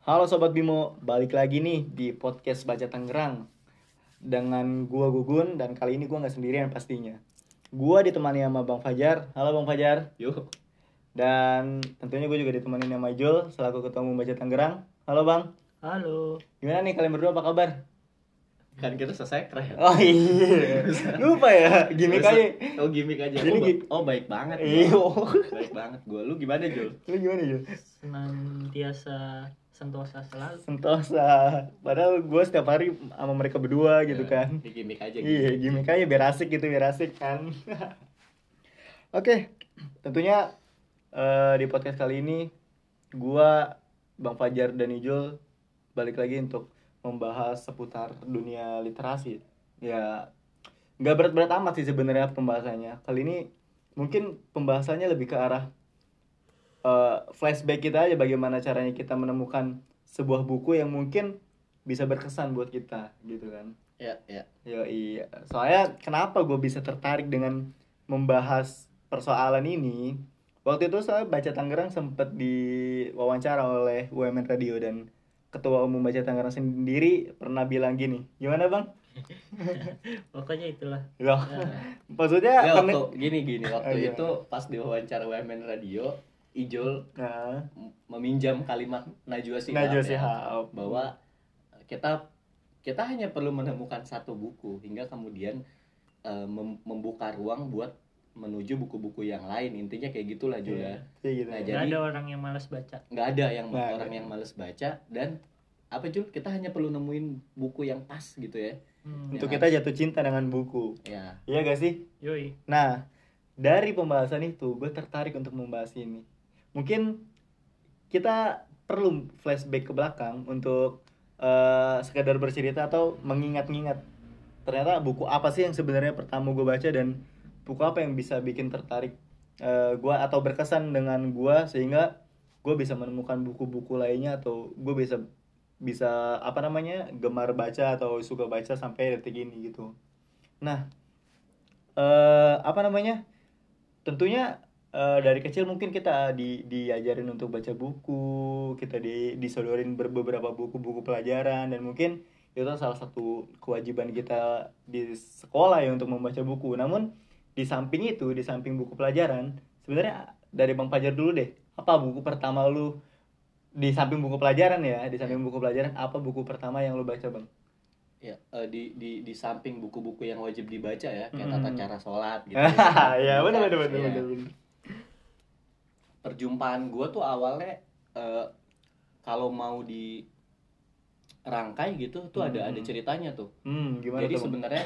Halo Sobat Bimo, balik lagi nih di podcast Baca Tangerang dengan gua Gugun, dan kali ini gua nggak sendirian pastinya. Gua ditemani sama Bang Fajar. Halo Bang Fajar. Yuk, Dan tentunya gue juga ditemani sama Jul selaku ketua umum Baca Tangerang. Halo Bang. Halo. Gimana nih kalian berdua, apa kabar? kan kita selesai ya. Oh iya, lupa ya, gimmick aja. Oh, gimmick aja. Jadi Baik banget. Iya. Baik banget gua. Lu gimana, Jul? Lu gimana Jul? Senantiasa sentosa selalu. Sentosa. Padahal gue setiap hari sama mereka berdua gitu kan. Di gimmick aja gitu. Iya, gimmick aja biar asik gitu, biar asik kan. Oke, tentunya di podcast kali ini gua, Bang Fajar dan Ijul balik lagi untuk membahas seputar dunia literasi. Ya, nggak berat-berat amat sih sebenarnya pembahasannya. Kali ini mungkin pembahasannya lebih ke arah flashback kita aja, bagaimana caranya kita menemukan sebuah buku yang mungkin bisa berkesan buat kita gitu kan. Ya. Iya. Soalnya kenapa gue bisa tertarik dengan membahas persoalan ini? Waktu itu saya Baca Tangerang sempat diwawancara oleh UMN Radio, dan Ketua Umum Baca Tangerang sendiri pernah bilang gini. Gimana Bang? Pokoknya itulah. Loh, maksudnya Waktu gini waktu iya. itu pas diwawancara WMN Radio, Ijul meminjam kalimat Najwa Najwa Shihab Shihab. bahwa kita hanya perlu menemukan satu buku hingga kemudian membuka ruang buat menuju buku-buku yang lain. Intinya kayak gitulah Jul ya. Gitu. Nah, Nggak jadi ada orang yang malas baca. nggak ada yang Nggak orang ada. yang males baca, dan apa Jul, kita hanya perlu nemuin buku yang pas gitu ya. Untuk Ya. kita jatuh cinta dengan buku. Ya. Iya gak sih? Yoi. Nah, dari pembahasan itu gue tertarik untuk membahas ini. Mungkin kita perlu flashback ke belakang untuk sekadar bercerita atau mengingat-ingat ternyata buku apa sih yang sebenarnya pertama gue baca, dan buku apa yang bisa bikin tertarik gue atau berkesan dengan gue sehingga gue bisa menemukan buku-buku lainnya, atau gue bisa gemar baca atau suka baca sampai detik ini gitu. Nah, tentunya dari kecil mungkin kita diajarin untuk baca buku, kita disodorin beberapa buku-buku pelajaran, dan mungkin itu salah satu kewajiban kita di sekolah ya untuk membaca buku. Namun di samping buku pelajaran, sebenarnya dari Bang Fajar dulu deh, apa buku pertama lu di samping buku pelajaran ya, apa buku pertama yang lu baca Bang? Ya, di samping buku-buku yang wajib dibaca ya, kayak tata cara sholat gitu. Ya, benar. Perjumpaan gue tuh awalnya kalau mau dirangkai gitu tuh ada ceritanya tuh. Gimana Jadi tuh, Bang? sebenarnya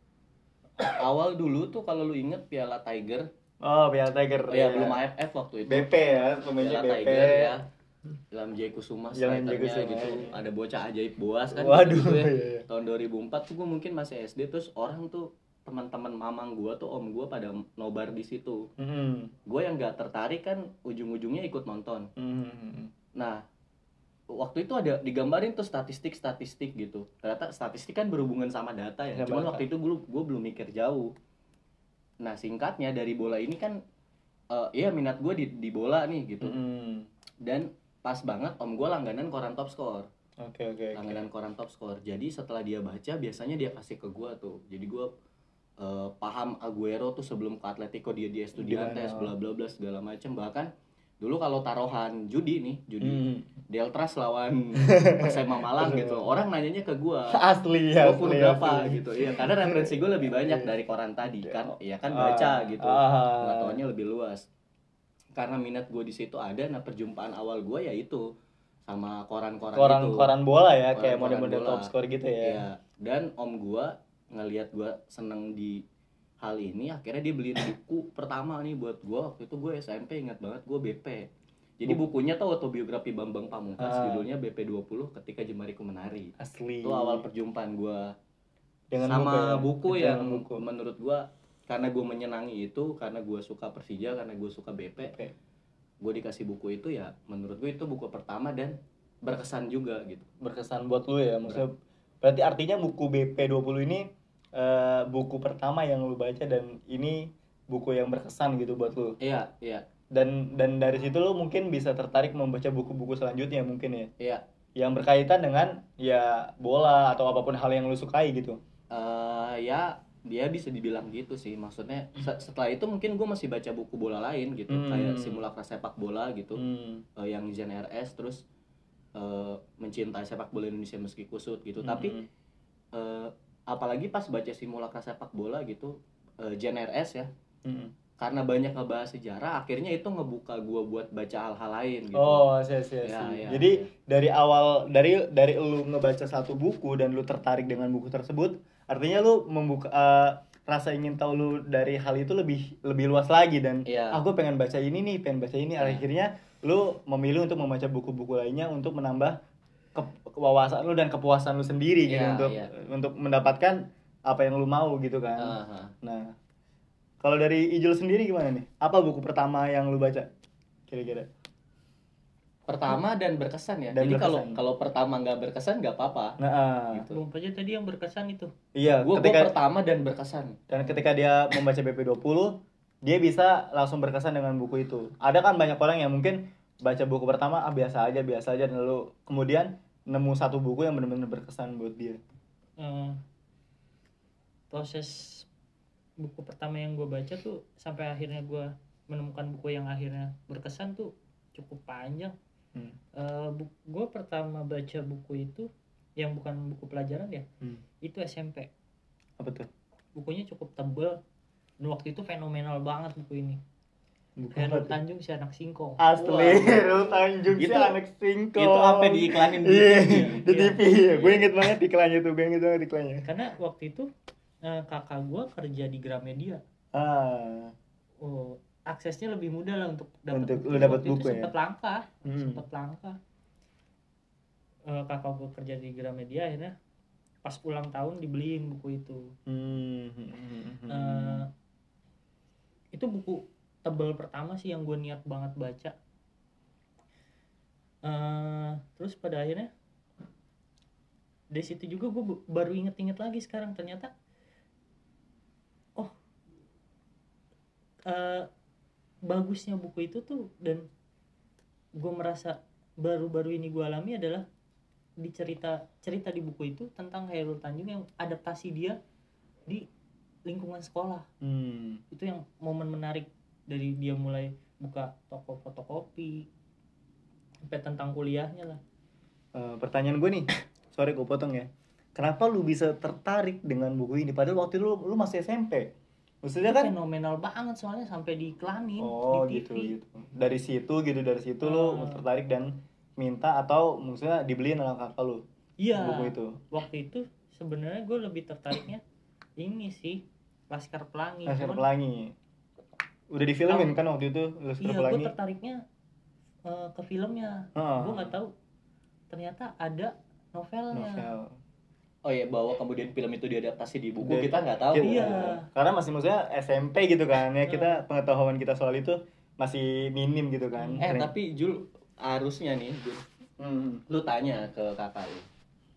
awal dulu tuh kalau lu inget Piala Tiger. Oh, Piala Tiger. Ya, belum AFF waktu itu. BP ya, pemainnya Piala BP. Tiger ya. Dalam J. Kusuma Jalan J. strikernya Kusuma, gitu. iya. Ada bocah ajaib boas kan. Waduh, gitu ya. iya. Tahun 2004 tuh gue mungkin masih SD, terus orang tuh teman-teman mamang gue tuh, om gue pada nobar di situ. Gue yang nggak tertarik kan ujung-ujungnya ikut nonton. Nah, waktu itu ada digambarin tuh statistik gitu. Ternyata statistik kan berhubungan sama data ya. Cuman waktu itu gue belum mikir jauh. Nah, singkatnya dari bola ini kan iya minat gue di bola nih gitu. Dan pas banget om gue langganan koran Top Score. Oke. Langganan koran Top Score. Jadi setelah dia baca biasanya dia kasih ke gue tuh. Jadi gue paham Aguero tuh sebelum ke Atletico dia Estudiantes bla bla bla segala macam. Bahkan dulu kalau taruhan judi Deltras lawan Persema Malang gitu, orang nanyanya ke gue Asli. berapa gitu. Iya, karena referensi gue lebih banyak dari koran tadi kan. Iya kan baca gitu. Pengetahuannya lebih luas. Karena minat gue di situ ada. Nah, perjumpaan awal gue ya itu sama koran-koran itu. Koran bola ya, kayak Koran-koran model-model bola. Top Score gitu ya. Iya. Dan om gue ngelihat gue seneng di hal ini, akhirnya dia beliin buku pertama nih buat gue. Waktu itu gue SMP, ingat banget, gue BP. Jadi bukunya tuh autobiografi Bambang Pamungkas, judulnya BP 20 Ketika Jemariku Menari. Asli. Itu awal perjumpaan gue Dengan sama buku yang buku. menurut gue, karena gue menyenangi itu, karena gue suka Persija, karena gue suka BP, gue dikasih buku itu ya. Menurut gue itu buku pertama dan berkesan juga gitu. Berkesan buat lu ya, maksudnya berarti artinya buku BP 20 ini buku pertama yang lu baca, dan ini buku yang berkesan gitu buat lu. Iya. Dan dari situ lu mungkin bisa tertarik membaca buku-buku selanjutnya mungkin ya. Iya. yang berkaitan dengan ya bola atau apapun hal yang lu sukai gitu. Ya dia bisa dibilang gitu sih, maksudnya setelah itu mungkin gue masih baca buku bola lain gitu, kayak Simulakra Sepak Bola gitu, yang Jen RS, terus Mencintai Sepak Bola Indonesia Meski Kusut gitu. Tapi apalagi pas baca Simulakra Sepak Bola gitu, Jen RS ya, karena banyak ngebahas sejarah, akhirnya itu ngebuka gua buat baca hal-hal lain gitu. Oh, sih. Jadi dari awal dari lu ngebaca satu buku dan lu tertarik dengan buku tersebut, artinya lu membuka rasa ingin tahu lu dari hal itu lebih luas lagi dan gue pengen baca ini nih, pengen baca ini. Akhirnya lu memilih untuk membaca buku-buku lainnya untuk menambah kewawasan lu dan kepuasan lu sendiri gitu untuk mendapatkan apa yang lu mau gitu kan. Nah, kalau dari Ijul sendiri gimana nih? Apa buku pertama yang lu baca? Kira-kira? Pertama dan berkesan ya. Jadi kalau pertama nggak berkesan nggak apa-apa. Gitu. Belum aja tadi yang berkesan itu. Iya. Gua pertama dan berkesan. Dan ketika dia membaca BP20, dia bisa langsung berkesan dengan buku itu. Ada kan banyak orang yang mungkin baca buku pertama biasa aja dan lalu kemudian nemu satu buku yang benar-benar berkesan buat dia. Proses buku pertama yang gue baca tuh sampai akhirnya gue menemukan buku yang akhirnya berkesan tuh cukup panjang. Gue pertama baca buku itu yang bukan buku pelajaran ya, itu SMP. Apa tuh? Bukunya cukup tebal dan waktu itu fenomenal banget buku ini. Hairul Tanjung Si Anak Singkong. Asli, Hairul Tanjung Si Anak Singkong. Itu apa diiklanin di TV. Gue inget banget iklannya tuh, Karena waktu itu kakak gue kerja di Gramedia. Aksesnya lebih mudah lah untuk dapat buku ya. Sempat langka. Kakak gue kerja di Gramedia, akhirnya pas ulang tahun dibeliin buku itu. Itu buku tebal pertama sih yang gue niat banget baca. Terus pada akhirnya dari situ juga gue baru inget lagi sekarang, ternyata bagusnya buku itu tuh, dan gue merasa baru-baru ini gue alami adalah di cerita di buku itu tentang Hairul Tanjung yang adaptasi dia di lingkungan sekolah. Itu yang momen menarik, dari dia mulai buka toko fotokopi sampai tentang kuliahnya lah. Pertanyaan gue nih, sorry gue potong ya, kenapa lu bisa tertarik dengan buku ini padahal waktu itu lu masih SMP? Maksudnya kan fenomenal banget soalnya sampai diiklanin di TV. Gitu. Dari situ lu tertarik dan minta atau maksudnya dibeliin oleh kakak lu. Iya. Buku itu. Waktu itu sebenarnya gue lebih tertariknya ini sih, Laskar Pelangi. Udah difilmin kan waktu itu Laskar Pelangi. Iya, gue tertariknya ke filmnya. Gue nggak tahu ternyata ada novelnya. Oh iya, bahwa kemudian film itu diadaptasi di buku, kita nggak tahu. Iya. Karena masih maksudnya SMP gitu kan ya, kita pengetahuan kita soal itu masih minim gitu kan. Tapi Jul, harusnya nih Jul, lu tanya ke kakak lu,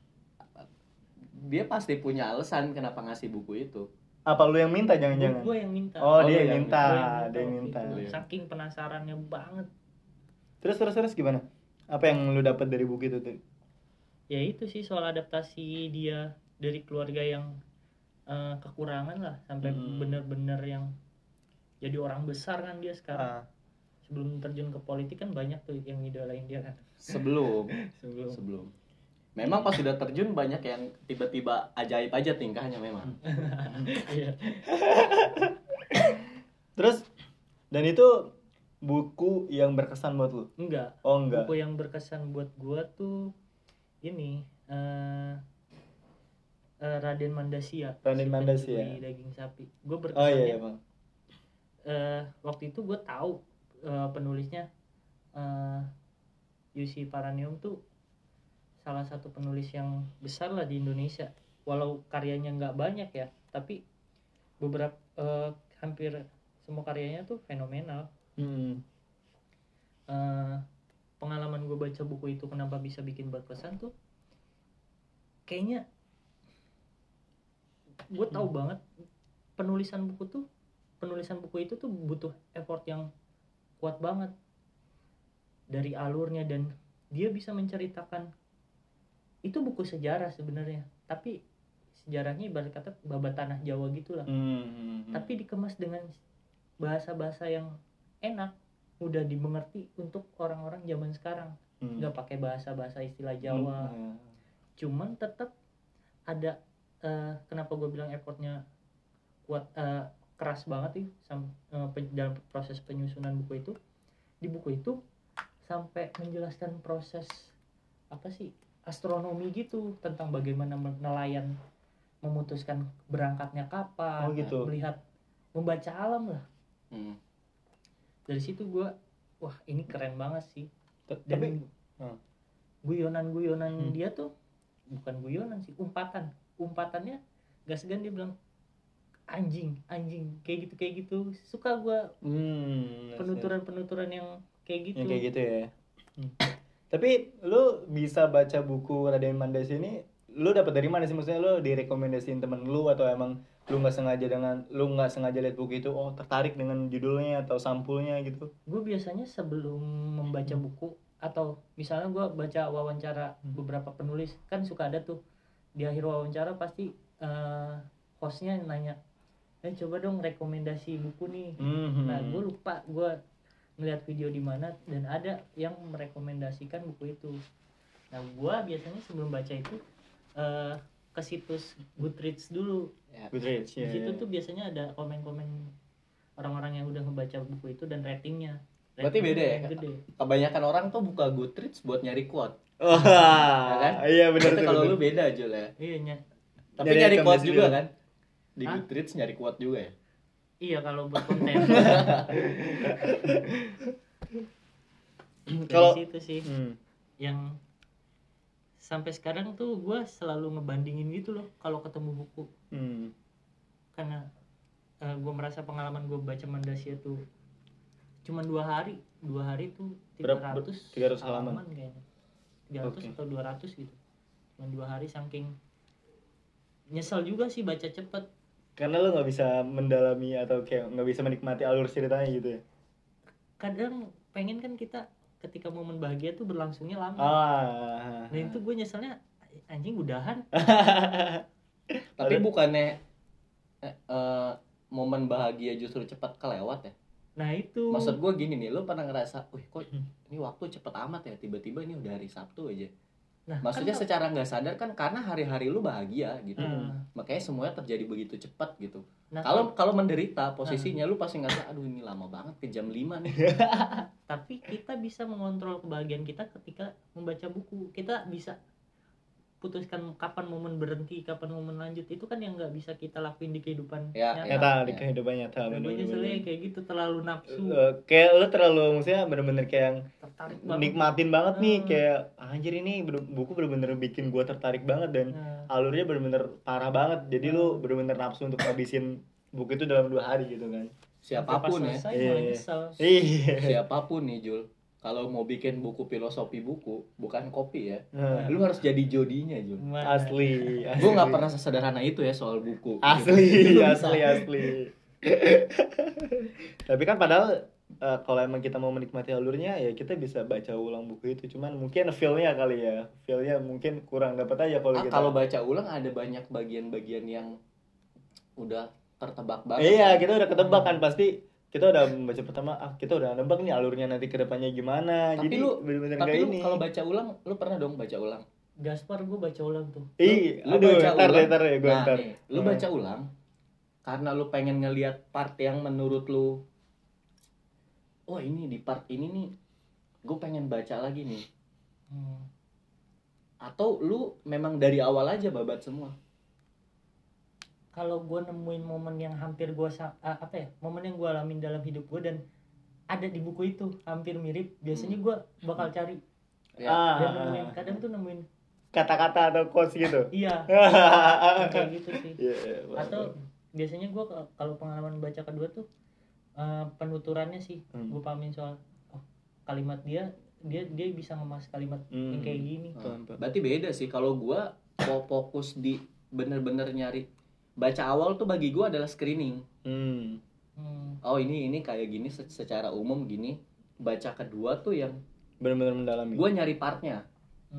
dia pasti punya alasan kenapa ngasih buku itu. Apa lu yang minta jangan-jangan? Gue yang minta. Dia yang minta. Saking penasarannya banget. Terus gimana? Apa yang lu dapat dari buku itu tuh? Ya itu sih, soal adaptasi dia dari keluarga yang kekurangan lah sampai bener-bener yang jadi orang besar kan dia sekarang. Sebelum terjun ke politik kan banyak tuh yang ngidolain dia kan. Sebelum. Memang pas sudah terjun banyak yang tiba-tiba ajaib aja tingkahnya memang. Terus dan itu buku yang berkesan buat lu? Enggak. Buku yang berkesan buat gua tuh ini Raden Mandasia. Daging sapi. Gue berkesannya. Bang. Waktu itu gue tahu penulisnya Yusi Paranium tuh salah satu penulis yang besar lah di Indonesia. Walau karyanya nggak banyak ya, tapi beberapa hampir semua karyanya tuh fenomenal. Pengalaman gue baca buku itu kenapa bisa bikin berkesan tuh, kayaknya gue tahu banget penulisan buku itu tuh butuh effort yang kuat banget dari alurnya, dan dia bisa menceritakan itu buku sejarah sebenarnya, tapi sejarahnya ibarat kata babat tanah Jawa gitulah. Tapi dikemas dengan bahasa-bahasa yang enak, mudah dimengerti untuk orang-orang zaman sekarang. Nggak pakai bahasa-bahasa istilah Jawa. Cuman tetap ada kenapa gue bilang effortnya kuat, keras banget dalam proses penyusunan buku itu. Di buku itu sampai menjelaskan proses apa sih astronomi gitu, tentang bagaimana nelayan memutuskan berangkatnya kapan, gitu. melihat, membaca alam lah. Dari situ gue, wah ini keren banget sih. Dan guyonan dia tuh bukan guyonan sih, umpatannya gak segan, dia bilang anjing kayak gitu. Suka gue penuturan yang kayak gitu. Ya. Tapi lu bisa baca buku Raden Mandasi ini, lu dapat dari mana sih? Maksudnya lu direkomendasiin temen lu atau emang lu nggak sengaja lihat buku itu, oh tertarik dengan judulnya atau sampulnya gitu? Gue biasanya sebelum membaca buku, atau misalnya gue baca wawancara beberapa penulis, kan suka ada tuh di akhir wawancara pasti hostnya nanya, coba dong rekomendasi buku nih. Nah gue lupa gue ngeliat video di mana dan ada yang merekomendasikan buku itu. Nah gue biasanya sebelum baca itu ke situs Goodreads dulu. Goodreads, di situ tuh biasanya ada komen-komen orang-orang yang udah membaca buku itu dan ratingnya. Berarti beda ya? Gede. Kebanyakan orang tuh buka Goodreads buat nyari quote. Ya kan? Iya benar. Kalau lu beda Jul ya. Iya. Tapi nyari quote juga kan? Di Goodreads nyari quote juga ya? Iya kalau buat konten. Kalau situ sih yang sampai sekarang tuh gue selalu ngebandingin gitu loh kalau ketemu buku. Karena gue merasa pengalaman gue baca Mandasya tuh cuma 2 hari tuh 300 halaman kayaknya. 300 atau 200 gitu. Cuma 2 hari, saking nyesel juga sih baca cepet. Karena lo nggak bisa mendalami atau kayak nggak bisa menikmati alur ceritanya gitu ya. Kadang pengen kan kita ketika momen bahagia tuh berlangsungnya lama. Nah itu gue nyeselnya anjing udahan. Tapi bukannya momen bahagia justru cepat kelewat ya? Nah itu. Maksud gue gini nih, lo pernah ngerasa, wih kok ini waktu cepet amat ya, tiba-tiba ini udah hari Sabtu aja. Nah, maksudnya kan secara nggak sadar kan karena hari-hari lu bahagia gitu, makanya semuanya terjadi begitu cepat gitu. Nah, kalau menderita posisinya lu pasti ngerasa aduh ini lama banget ke jam 5 nih. Tapi kita bisa mengontrol kebahagiaan kita ketika membaca buku. Kita bisa putuskan kapan momen berhenti, kapan momen lanjut. Itu kan yang nggak bisa kita lakuin di kehidupan nyata. Di kehidupan nyata. Gue nyeselnya kayak gitu, terlalu nafsu. Kayak lu terlalu, maksudnya bener-bener kayak yang nikmatin banget nih, kayak anjir ini buku bener-bener bikin gue tertarik banget dan alurnya bener-bener parah banget. Jadi lu bener-bener nafsu untuk habisin buku itu dalam 2 hari gitu kan. Siapapun ya. Siapapun nih Jul, kalau mau bikin buku filosofi buku, bukan kopi ya, lu harus jadi jodinya Jul. Asli. Gue nggak pernah sesederhana itu ya soal buku. Asli. Tapi kan padahal kalau emang kita mau menikmati alurnya ya kita bisa baca ulang buku itu. Cuman mungkin feel-nya kali ya, feel-nya mungkin kurang dapat aja kalau kita. Kalau baca ulang ada banyak bagian-bagian yang udah tertebak banget. Iya, kita udah ketebak kan pasti. Kita udah membaca pertama, kita udah nebak nih alurnya nanti ke depannya gimana. Tapi jadi bener-bener tapi kayak lu ini. Kalau baca ulang, lu pernah dong baca ulang? Gaspar gue baca ulang tuh. Lu baca ulang. Lu baca ulang karena lu pengen ngelihat part yang menurut lu, oh ini di part ini nih gue pengen baca lagi nih. Atau lu memang dari awal aja babat semua? Kalau gue nemuin momen yang hampir gue momen yang gue alamin dalam hidup gue dan ada di buku itu hampir mirip, biasanya gue bakal cari dan kadang tuh nemuin kata-kata atau quotes gitu. Iya. Kayak gitu sih. Atau biasanya gue kalau pengalaman baca kedua tuh penuturannya sih gue pahamin soal kalimat dia bisa ngemas kalimat yang kayak gini. Berarti beda sih. Kalau gue fokus di bener-bener nyari. Baca awal tuh bagi gue adalah screening. Oh ini kayak gini secara umum gini. Baca kedua tuh yang benar-benar mendalami. Gue nyari partnya.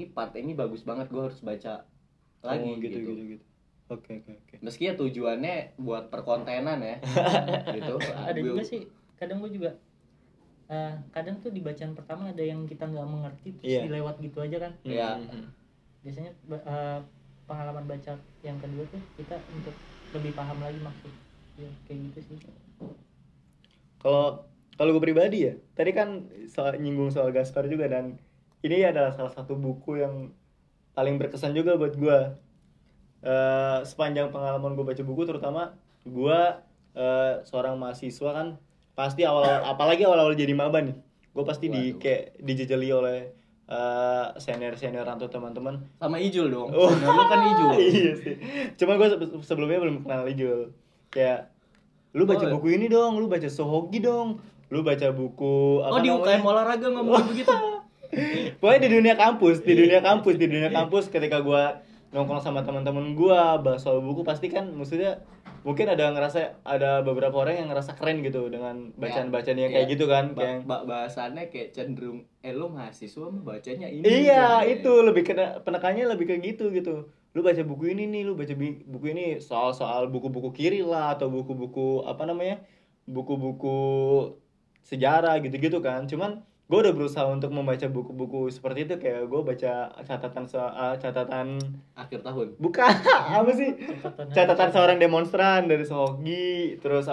ini part ini bagus banget, gue harus baca lagi gitu. Oke. Meski ya tujuannya buat perkontenan ya. Gitu. Ada juga sih, kadang gue juga kadang tuh di bacaan pertama ada yang kita nggak mengerti terus dilewat gitu aja kan. Iya. Biasanya pengalaman baca yang kedua tuh kita untuk lebih paham lagi maksud ya, kayak gitu sih. Kalau gue pribadi ya, tadi kan nyinggung soal Gaspar juga, dan ini adalah salah satu buku yang paling berkesan juga buat gue. Sepanjang pengalaman gue baca buku, terutama gue seorang mahasiswa kan, pasti apalagi awal jadi maba nih, gue pasti kayak dijejeli oleh senior atau teman-teman. Sama Ijul dong. Senior lu kan Ijul. Iya sih. Cuma gue sebelumnya belum kenal Ijul. Kayak lu baca buku ini dong, lu baca Sohogi dong, lu baca buku apa di UKM olahraga ngomong begitu. Pokoknya di dunia kampus ketika gue nongkrong sama teman-teman gue bahas soal buku, pasti kan maksudnya mungkin ada beberapa orang yang ngerasa keren gitu dengan bacaan-bacaan yang kayak gitu kan, kayak bahasannya kayak cenderung lu mahasiswa mah bacanya ini. Iya, itu lebih penekannya lebih ke gitu. Lu baca buku ini nih, lu baca buku ini soal buku-buku kiri lah, atau buku-buku buku-buku sejarah gitu kan. Cuman gue udah berusaha untuk membaca buku-buku seperti itu, kayak gue baca catatan akhir tahun. Bukan, apa sih? Catatan seorang demonstran dari Sohogi, terus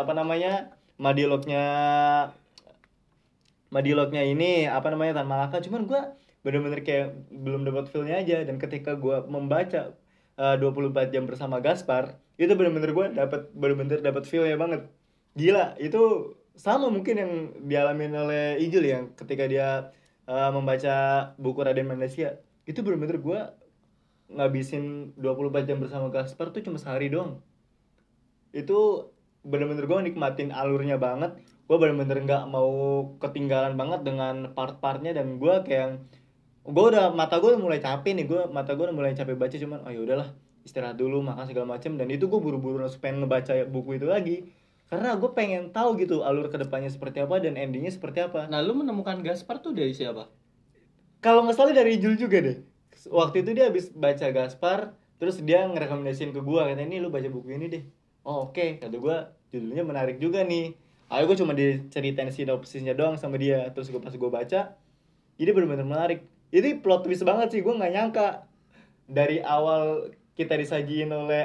Madilognya ini Tan Malaka. Cuman gue bener-bener kayak belum dapat feel-nya aja, dan ketika gue membaca 24 jam bersama Gaspar, itu bener-bener gue dapat feel-nya banget. Gila, itu sama mungkin yang dialami oleh Ijul yang ketika dia membaca buku Raden Mandasya. Itu bener-bener gue ngabisin 24 jam bersama Gaspar tuh cuma sehari doang. Itu bener-bener gue nikmatin alurnya banget. Gue bener-bener gak mau ketinggalan banget dengan part-partnya, dan gue kayak mata gue udah mulai capek nih, mata gue udah mulai capek baca, cuman ya udahlah, istirahat dulu, makan segala macem. Dan itu gue buru-buru langsung pengen ngebaca buku itu lagi, karena gue pengen tahu gitu alur kedepannya seperti apa dan endingnya seperti apa. Nah, lu menemukan Gaspar tuh dari siapa? Kalau nggak salah dari Jul juga deh. Waktu itu dia habis baca Gaspar, terus dia ngerekomendasiin ke gue, katanya, ini lu baca buku ini deh. Oh oke, kata gue judulnya menarik juga nih. Ayo, gue cuma diceritain sinopsisnya doang sama dia. Terus pas gue baca, ini benar-benar menarik. Ini plot twist banget sih, gue nggak nyangka. Dari awal kita disajiin oleh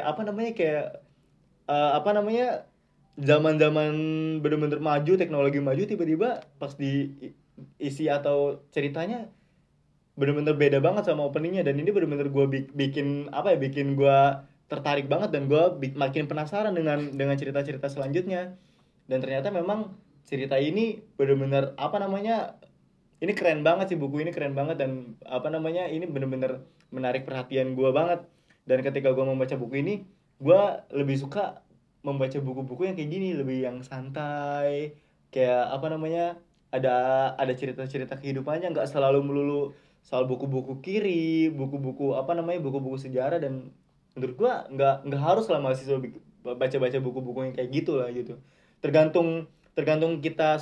zaman-zaman bener-bener maju, teknologi maju, tiba-tiba pas diisi atau ceritanya bener-bener beda banget sama openingnya. Dan ini bener-bener gue bikin gue tertarik banget, dan gue makin penasaran dengan cerita-cerita selanjutnya. Dan ternyata memang cerita ini bener-bener ini keren banget sih, buku ini keren banget, dan ini bener-bener menarik perhatian gue banget. Dan ketika gue membaca buku ini, gue lebih suka membaca buku-buku yang kayak gini, lebih yang santai, kayak ada cerita-cerita kehidupannya, nggak selalu melulu soal buku-buku kiri, buku-buku sejarah. Dan menurut gue nggak harus lah mahasiswa baca-baca buku-buku yang kayak gitu lah gitu. Tergantung kita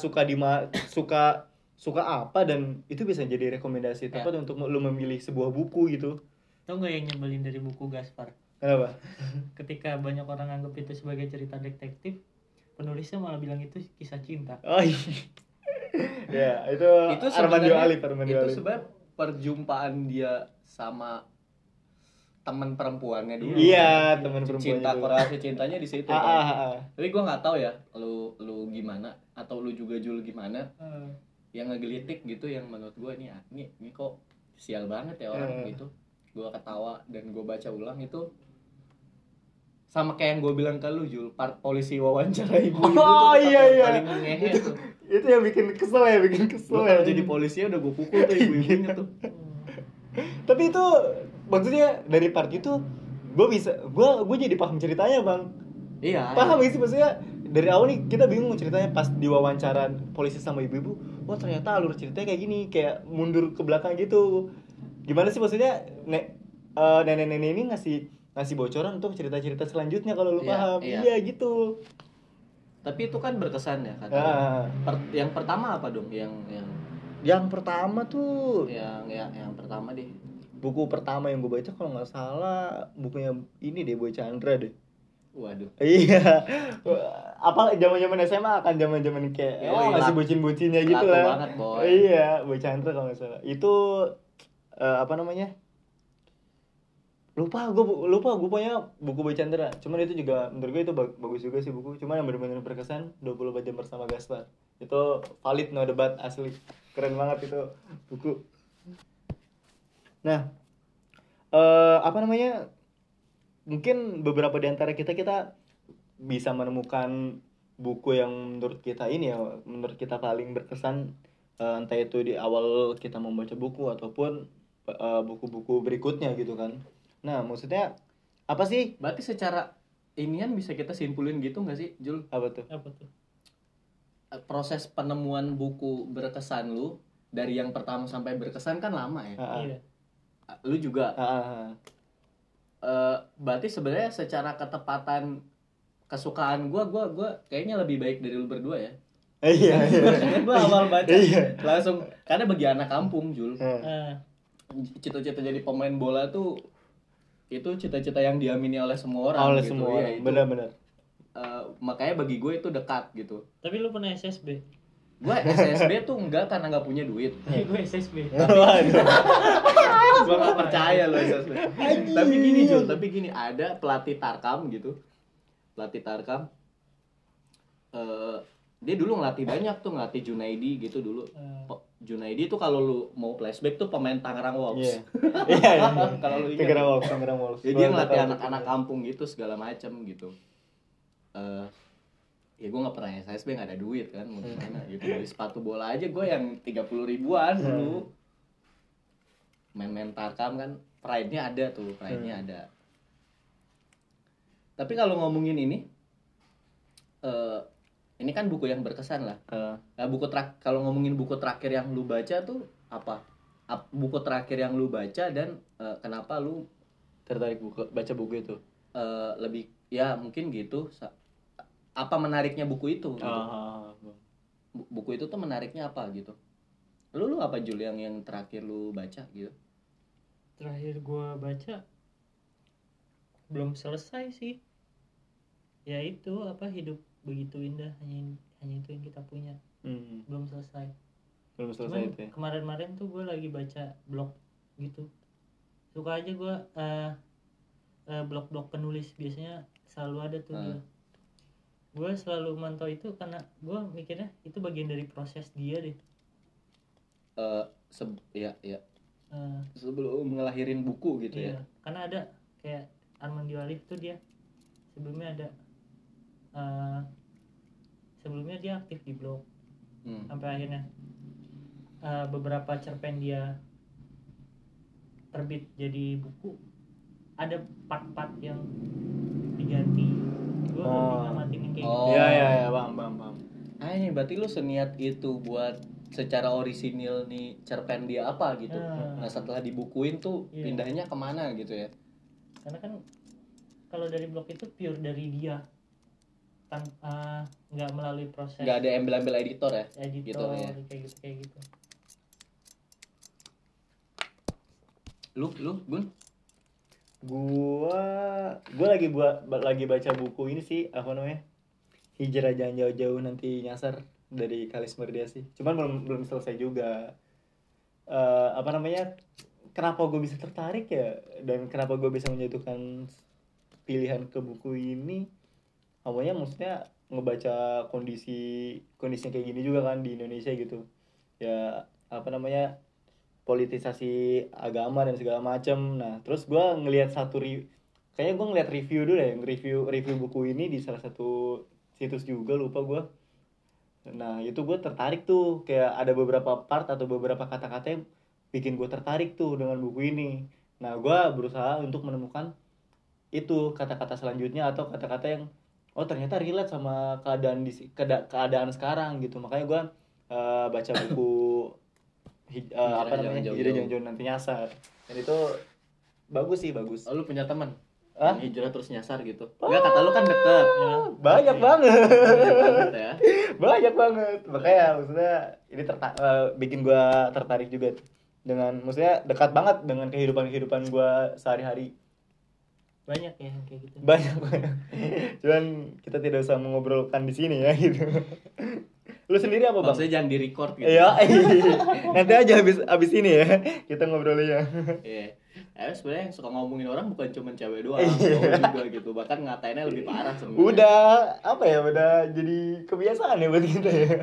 suka apa, dan itu bisa jadi rekomendasi tepat untuk lu memilih sebuah buku gitu. Tau nggak yang nyebelin dari buku Gaspar? Kenapa? Ketika banyak orang anggap itu sebagai cerita detektif, penulisnya malah bilang itu kisah cinta. Oh iya. Ya, itu Armando Alif. Itu sebenarnya perjumpaan dia sama teman perempuannya dulu. Iya, teman perempuannya. Korelasi cintanya di situ. Tapi gue nggak tahu ya, lu gimana, atau lu juga Jul gimana? Yang ngegelitik gitu, yang menurut gue ini kok sial banget ya orang gitu. Gue ketawa dan gue baca ulang itu sama kayak yang gue bilang ke lu Jul, part polisi wawancara ibu-ibu tuh iya. paling ngehe tuh. Itu yang bikin kesel ya. Kalau jadi polisinya udah gue pukul tuh ibu-ibunya tuh. Tapi itu maksudnya dari part itu gue jadi paham ceritanya, Bang. Iya. Paham sih, maksudnya dari awal nih kita bingung ceritanya, pas diwawancara polisi sama ibu-ibu, wah ternyata alur ceritanya kayak gini, kayak mundur ke belakang gitu. Gimana sih maksudnya nenek-nenek ini ngasih bocoran untuk cerita-cerita selanjutnya kalau lu paham. Iya gitu. Tapi itu kan berkesan ya kata. Yang pertama apa dong? Yang pertama tuh yang pertama deh. buku pertama yang gue baca kalau nggak salah bukunya ini deh, Boy Chandra deh. Waduh. Iya. Apa zaman-zaman SMA akan zaman-zaman kayak masih bucin-bucinnya gitu lah. Banget, Boy. Iya, Boy Chandra kalau nggak salah. Itu apa namanya? Lupa gue punya buku Boy Chandra. Cuman itu juga menurut gue itu bagus juga sih buku. Cuman yang benar-benar berkesan 24 jam bersama Gaspar. Itu valid, no debat, asli. Keren banget itu buku. Nah, apa namanya? Mungkin beberapa di antara kita bisa menemukan buku yang menurut kita menurut kita paling berkesan, entah itu di awal kita membaca buku ataupun buku-buku berikutnya gitu kan. Nah, maksudnya apa sih? Berarti secara inian bisa kita simpulin gitu nggak sih, Jul? Apa tuh? Proses penemuan buku berkesan lu dari yang pertama sampai berkesan kan lama ya. Iya. Lu juga. Berarti sebenarnya secara ketepatan kesukaan gue kayaknya lebih baik dari lu berdua ya. Iya. Gue awal baca langsung, karena bagi anak kampung, Jul, cita-cita jadi pemain bola tuh itu cita-cita yang diamini oleh semua orang. Oleh semua orang, benar-benar. Makanya bagi gue itu dekat gitu. Tapi lu pernah SSB? Gue SSB tuh enggak karena nggak punya duit. Gue SSB. Gue nggak percaya lo SSB. Tapi gini ada pelatih Tarkam gitu. Pelatih Tarkam. Dia dulu ngelatih banyak tuh, ngelatih Junaidi gitu dulu. Junaidi tuh kalau lu mau flashback tuh pemain Tangerang Wolves. Iya. Kalau lu ingat. Tangerang Wolves. Dia ngelatih anak-anak kampung gitu segala macam gitu. Ya gue nggak pernah SSB, nggak ada duit kan, mau gimana gitu. Beli sepatu bola aja gue yang 30 ribuan dulu. Main Tarkam kan, pride-nya ada. Tapi kalau ngomongin ini kan buku yang berkesan lah. Nah, kalau ngomongin buku terakhir yang lu baca tuh apa? Buku terakhir yang lu baca dan kenapa lu tertarik baca buku itu? Lebih ya mungkin gitu. Apa menariknya buku itu? Gitu. Buku itu tuh menariknya apa gitu? Lu apa Jul yang terakhir lu baca gitu? Terakhir gua baca belum selesai sih. Ya itu hidup begitu indah, hanya itu yang kita punya. Belum selesai Cuman itu ya? Kemarin tuh gue lagi baca blog gitu. Suka aja gue blog-blog penulis, biasanya selalu ada tuh dia. Gue selalu mantau itu karena gue mikirnya itu bagian dari proses dia deh. Sebelum ngelahirin buku gitu iya, ya. Karena ada kayak Armandi Walif tuh, dia sebelumnya dia aktif di blog. Sampai akhirnya beberapa cerpen dia terbit jadi buku, ada part-part yang diganti. Gue lebih ngamatin yang kayak gitu. Iya, bang. Ini berarti lu seniat itu buat secara orisinil nih cerpen dia apa gitu. Nah setelah dibukuin tuh pindahnya kemana gitu ya? Karena kan kalau dari blog itu pure dari dia, nggak melalui proses. Nggak ada embel-embel editor ya? Editor gitu, ya. kayak gitu. Lu Gun? Gua lagi baca buku ini sih, apa namanya, Hijrah Jangan Jauh-Jauh Nanti Nyasar dari Kalis Mardiasih. Cuman belum selesai juga. Apa namanya, kenapa gue bisa tertarik ya, dan kenapa gue bisa menjatuhkan pilihan ke buku ini, maksudnya ngebaca kondisi kayak gini juga kan di Indonesia gitu ya, apa namanya, politisasi agama dan segala macam. Nah terus gue ngelihat kayaknya gue ngeliat review dulu ya, review buku ini di salah satu situs juga, lupa gue. Nah itu gue tertarik tuh, kayak ada beberapa part atau beberapa kata-kata yang bikin gue tertarik tuh dengan buku ini. Nah gue berusaha untuk menemukan itu kata-kata selanjutnya atau kata-kata yang ternyata relate sama keadaan sekarang gitu. Makanya gue baca buku apa namanya, Hijrah Jangan Jauh Nanti Nyasar, dan itu bagus. Lu punya teman hijrah terus nyasar gitu? Enggak, kata lu kan deket ya. Banyak banget ya. Banyak banget, makanya maksudnya ini bikin gue tertarik juga. dengan maksudnya dekat banget dengan kehidupan gue sehari-hari. Banyak ya yang kayak gitu. Banyak. Cuman kita tidak usah mengobrolkan di sini ya gitu. Lu sendiri apa bang? Maksudnya jangan di record gitu. Iya. Nanti aja abis ini ya kita ngobrolnya. Iya. Sebenarnya yang suka ngomongin orang bukan cuma cewek doang, cowok juga gitu. Bahkan ngatainnya lebih parah sebenarnya. Udah apa ya? Udah jadi kebiasaan ya buat kita ya.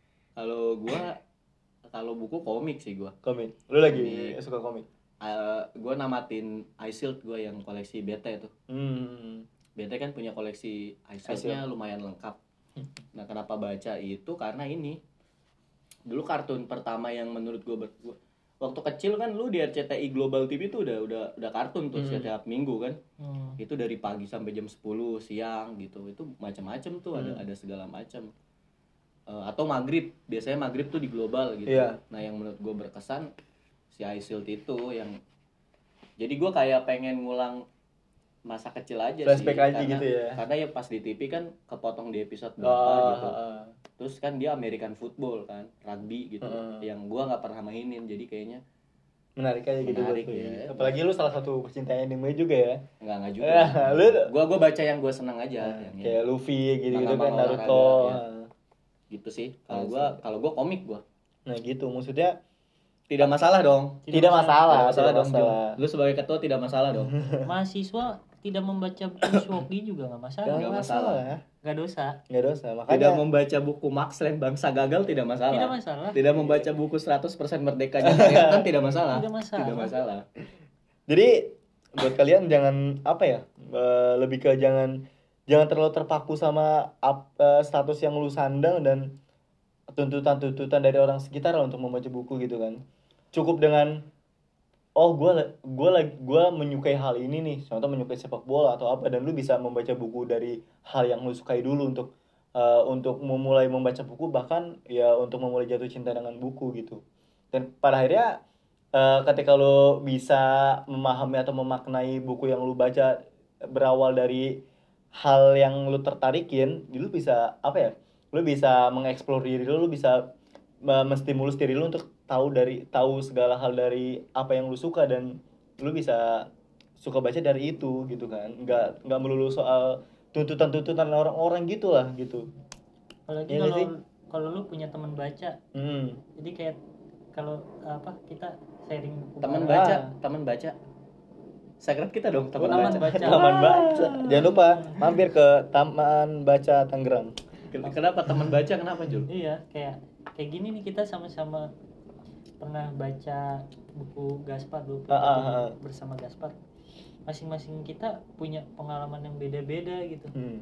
Kalau buku komik sih gua. Komik. Lu lagi suka komik? Gue namatin iShield gue yang koleksi BT itu. BT kan punya koleksi iShield-nya lumayan lengkap. Nah kenapa baca itu karena ini dulu kartun pertama yang menurut gue waktu kecil kan lu di RCTI Global TV tuh udah kartun tuh setiap minggu kan. Itu dari pagi sampai jam 10 siang gitu. Itu macam-macam tuh ada segala macam. Atau maghrib, biasanya maghrib tuh di Global gitu. Yeah. Nah yang menurut gue berkesan si iShield itu yang jadi gue kayak pengen ngulang masa kecil aja flashback sih aja gitu ya. Karena ya pas di TV kan kepotong di episode berapa gitu. Terus kan dia American football kan, rugby gitu. Yang gue nggak pernah mainin, jadi kayaknya menarik aja gitu. Menarik ya. Apalagi lu salah satu pecinta anime juga ya. Enggak juga. Gue baca yang gue senang aja. Kayak Luffy gitu kan, Naruto. Ya. Gitu sih. Kalau gue komik gue. Nah gitu, maksudnya tidak masalah dong. Tidak masalah dong. Lu sebagai ketua tidak masalah dong. Mahasiswa tidak membaca buku Shogi juga nggak masalah. Nggak masalah. Nggak dosa. Makanya tidak membaca buku Max Land Bangsa Gagal tidak masalah. Tidak masalah. Tidak membaca buku 100% Merdekanya Kelihatan tidak masalah. Tidak masalah. Jadi buat kalian jangan apa ya? Lebih ke jangan terlalu terpaku sama status yang lu sandang dan tuntutan dari orang sekitar untuk membaca buku gitu kan. Cukup dengan gue menyukai hal ini nih, contoh menyukai sepak bola atau apa, dan lu bisa membaca buku dari hal yang lu sukai dulu untuk memulai membaca buku, bahkan ya untuk memulai jatuh cinta dengan buku gitu. Dan pada akhirnya ketika lu bisa memahami atau memaknai buku yang lu baca berawal dari hal yang lu tertarikin, lu bisa apa ya? Lu bisa mengeksplor diri lu bisa menstimulus diri lu untuk tahu segala hal dari apa yang lu suka, dan lu bisa suka baca dari itu gitu kan. Nggak melulu soal tuntutan orang-orang gitulah gitu. Apalagi kalau lu punya teman baca. Jadi kayak kalau kita sharing buku. Teman baca. Secret kita dong, teman baca. Taman baca. Jangan lupa mampir ke Taman Baca Tangerang. Kenapa teman baca? Kenapa Jul? Iya, kayak gini nih, kita sama-sama pernah baca buku Gaspar dulu bersama Gaspar. Masing-masing kita punya pengalaman yang beda-beda gitu.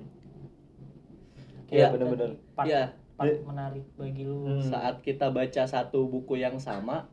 Iya benar-benar. Menarik bagi lu. Saat kita baca satu buku yang sama,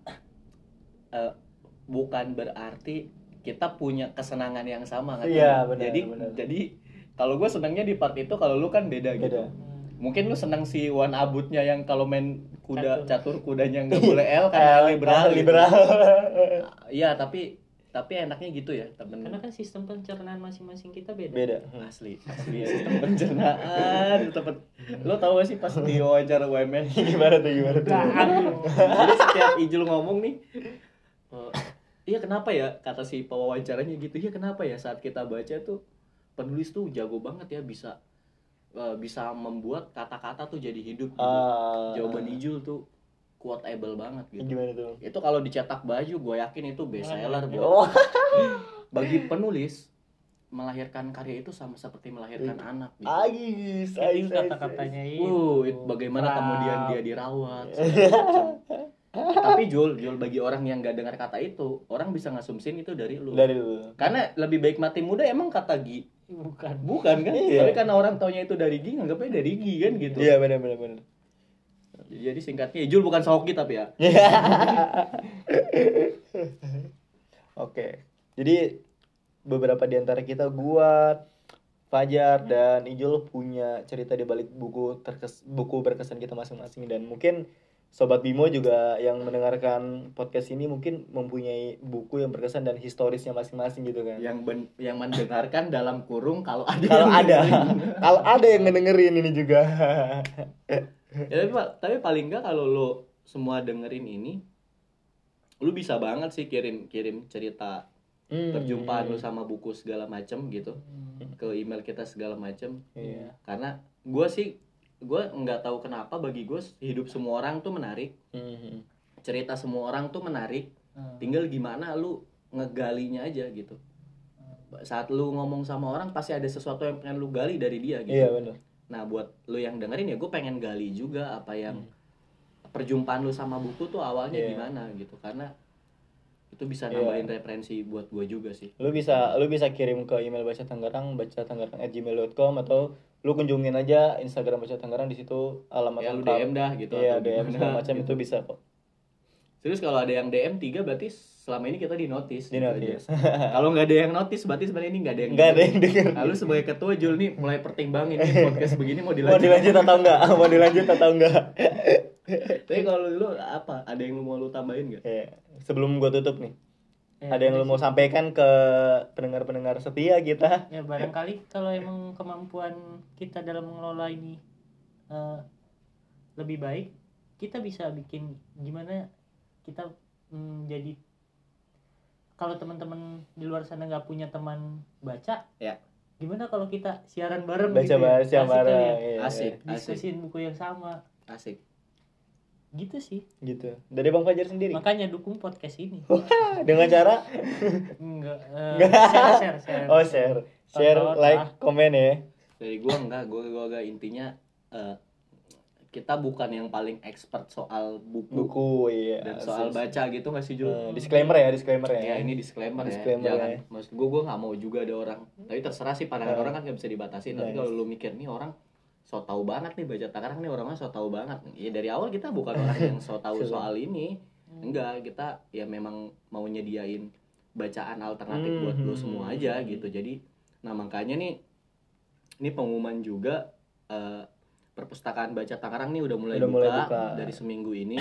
bukan berarti kita punya kesenangan yang sama kan? Iya benar. Jadi kalau gue senangnya di part itu, kalau lu kan beda. Gitu. Mungkin lu senang si Wan Abutnya yang kalau main kuda catur kudanya nggak boleh L kan liberal. Iya tapi enaknya gitu ya temen. Karena kan sistem pencernaan masing-masing kita beda. Asli sistem pencernaan lo tau gak sih pas di wawancara UMN gimana tuh jadi setiap Ijul ngomong nih iya kenapa ya, kata si pewawancaranya gitu, iya kenapa ya saat kita baca tuh penulis tuh jago banget ya, bisa membuat kata-kata tuh jadi hidup gitu. Jawaban Ijul tuh quotable banget gitu. Gimana tuh? Itu kalau dicetak baju gue yakin itu best seller bagi penulis. Melahirkan karya itu sama seperti melahirkan anak gitu. Kata-katanya itu bagaimana kemudian dia dirawat. Tapi Jul bagi orang yang nggak dengar kata itu, orang bisa ngasumsin itu dari lu. Karena lebih baik mati muda emang kata Gi. Bukan kan? Iya. Tapi karena orang taunya itu dari Gi, nganggapnya dari Gi kan gitu. Iya benar. Jadi singkatnya Jul bukan Soki tapi ya. Oke. Jadi beberapa di antara kita, gua, Fajar dan Ijul punya cerita di balik buku berkesan kita masing-masing, dan mungkin Sobat Bimo juga yang mendengarkan podcast ini mungkin mempunyai buku yang berkesan dan historisnya masing-masing gitu kan. Yang mendengarkan dalam kurung kalau ada yang ngedengerin ini juga. Ya, tapi paling enggak kalau lo semua dengerin ini, lu bisa banget sih kirim cerita perjumpaan lu sama buku segala macem gitu ke email kita segala macem. Karena gue nggak tahu kenapa, bagi gue hidup semua orang tuh menarik, cerita semua orang tuh menarik, tinggal gimana lu ngegalinya aja gitu. Saat lu ngomong sama orang pasti ada sesuatu yang pengen lu gali dari dia gitu. Iya benar. Nah buat lu yang dengerin ya, gue pengen gali juga apa yang perjumpaan lu sama buku tuh awalnya gimana gitu, karena itu bisa nambahin referensi buat gue juga sih. Lu bisa kirim ke email Baca Tangerang, bacatanggerang@gmail.com, atau lu kunjungin aja Instagram Baca Tangerang, di situ alamat ya lu lengkap. DM dah gitu. Iya, atau DM gimana segala macam gitu. itu bisa kok. Terus kalau ada yang DM 3 berarti selama ini kita di notice. Kalau nggak ada yang notice berarti sebenarnya ini nggak ada yang denger. Lalu sebagai ketua Jul nih mulai pertimbangin nih podcast begini mau Mau dilanjut atau enggak? Tapi kalau lu apa? Ada yang lu mau tambahin nggak? Sebelum gua tutup nih, ada yang lu mau sampaikan ke pendengar-pendengar setia kita? Ya barangkali kalau emang kemampuan kita dalam mengelola ini lebih baik, kita bisa bikin gimana kita jadi, kalau teman-teman di luar sana nggak punya teman baca, gimana kalau kita siaran bareng gitu ya? Bareng. Asik. Diskusin buku yang sama. Asik. Gitu sih. Gitu. Dari Bang Fajar sendiri. Makanya dukung podcast ini. Dengan cara share, like, komen ya. Dari gua agak intinya kita bukan yang paling expert soal buku dan soal baca gitu nggak sih Jul? Disclaimer ya. Ya ini disclaimer ya. Jangan, maksud gue nggak mau juga ada orang. Tapi terserah sih, pandangan orang kan nggak bisa dibatasi. Tapi kalau lu mikir nih orang so tahu banget nih Baca Tangerang nih, orangnya so tahu banget. Ya dari awal kita bukan orang yang so tahu soal ini. Enggak, kita ya memang mau nyediain bacaan alternatif buat lu semua aja gitu. Jadi, nah makanya nih ini pengumuman juga. Perpustakaan Baca Tangerang nih udah mulai buka dari seminggu ini,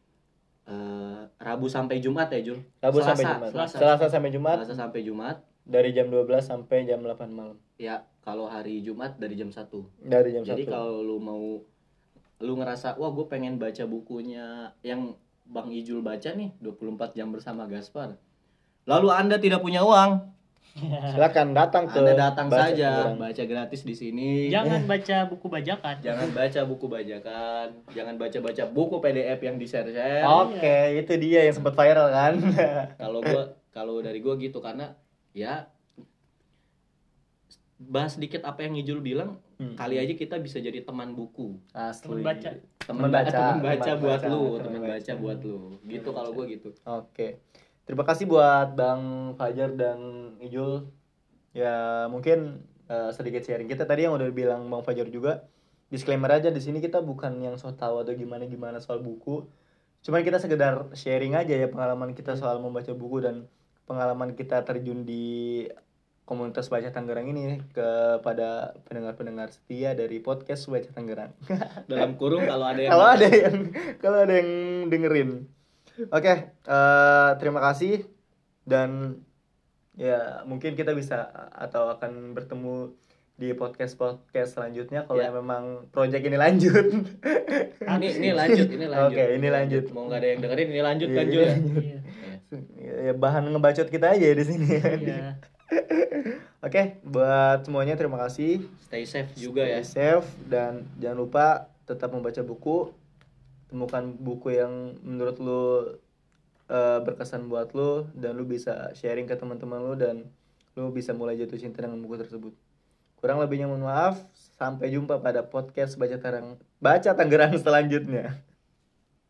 Rabu sampai Jumat ya Jul? Selasa sampai Jumat dari jam 12 sampai jam 8 malam. Ya, kalau hari Jumat dari jam 1. Jadi kalau lu ngerasa wah gue pengen baca bukunya yang Bang Ijul baca nih 24 jam bersama Gaspar, lalu Anda tidak punya uang, silakan datang saja, baca gratis di sini. Jangan baca buku bajakan. Jangan baca buku PDF yang di-share. Oke, itu dia yang sempat viral kan. Kalau dari gua gitu, karena ya bahas sedikit apa yang Ijul bilang, kali aja kita bisa jadi teman buku. Asli. Teman baca buat lu. Gitu kalau gua gitu. Oke. Terima kasih buat Bang Fajar dan Ijul. Ya mungkin sedikit sharing kita tadi yang udah bilang Bang Fajar juga. Disclaimer aja, di sini kita bukan yang so tahu atau gimana soal buku. Cuman kita sekedar sharing aja ya pengalaman kita soal membaca buku dan pengalaman kita terjun di komunitas Baca Tangerang ini kepada pendengar-pendengar setia dari podcast Baca Tangerang. Dalam kurung kalau ada yang dengerin. Oke, terima kasih, dan ya mungkin kita bisa atau akan bertemu di podcast selanjutnya kalau memang project ini lanjut. Ini lanjut. Oke, ini lanjut. Mau nggak ada yang dengerin ini lanjut kan Jul? Ya, bahan ngebacot kita aja di sini. Iya. Oke, buat semuanya terima kasih. Stay safe juga ya. Stay safe, dan jangan lupa tetap membaca buku. Temukan buku yang menurut lu berkesan buat lu, dan lu bisa sharing ke teman-teman lu, dan lu bisa mulai jatuh cinta dengan buku tersebut. Kurang lebihnya mohon maaf. Sampai jumpa pada podcast Baca Tangerang selanjutnya.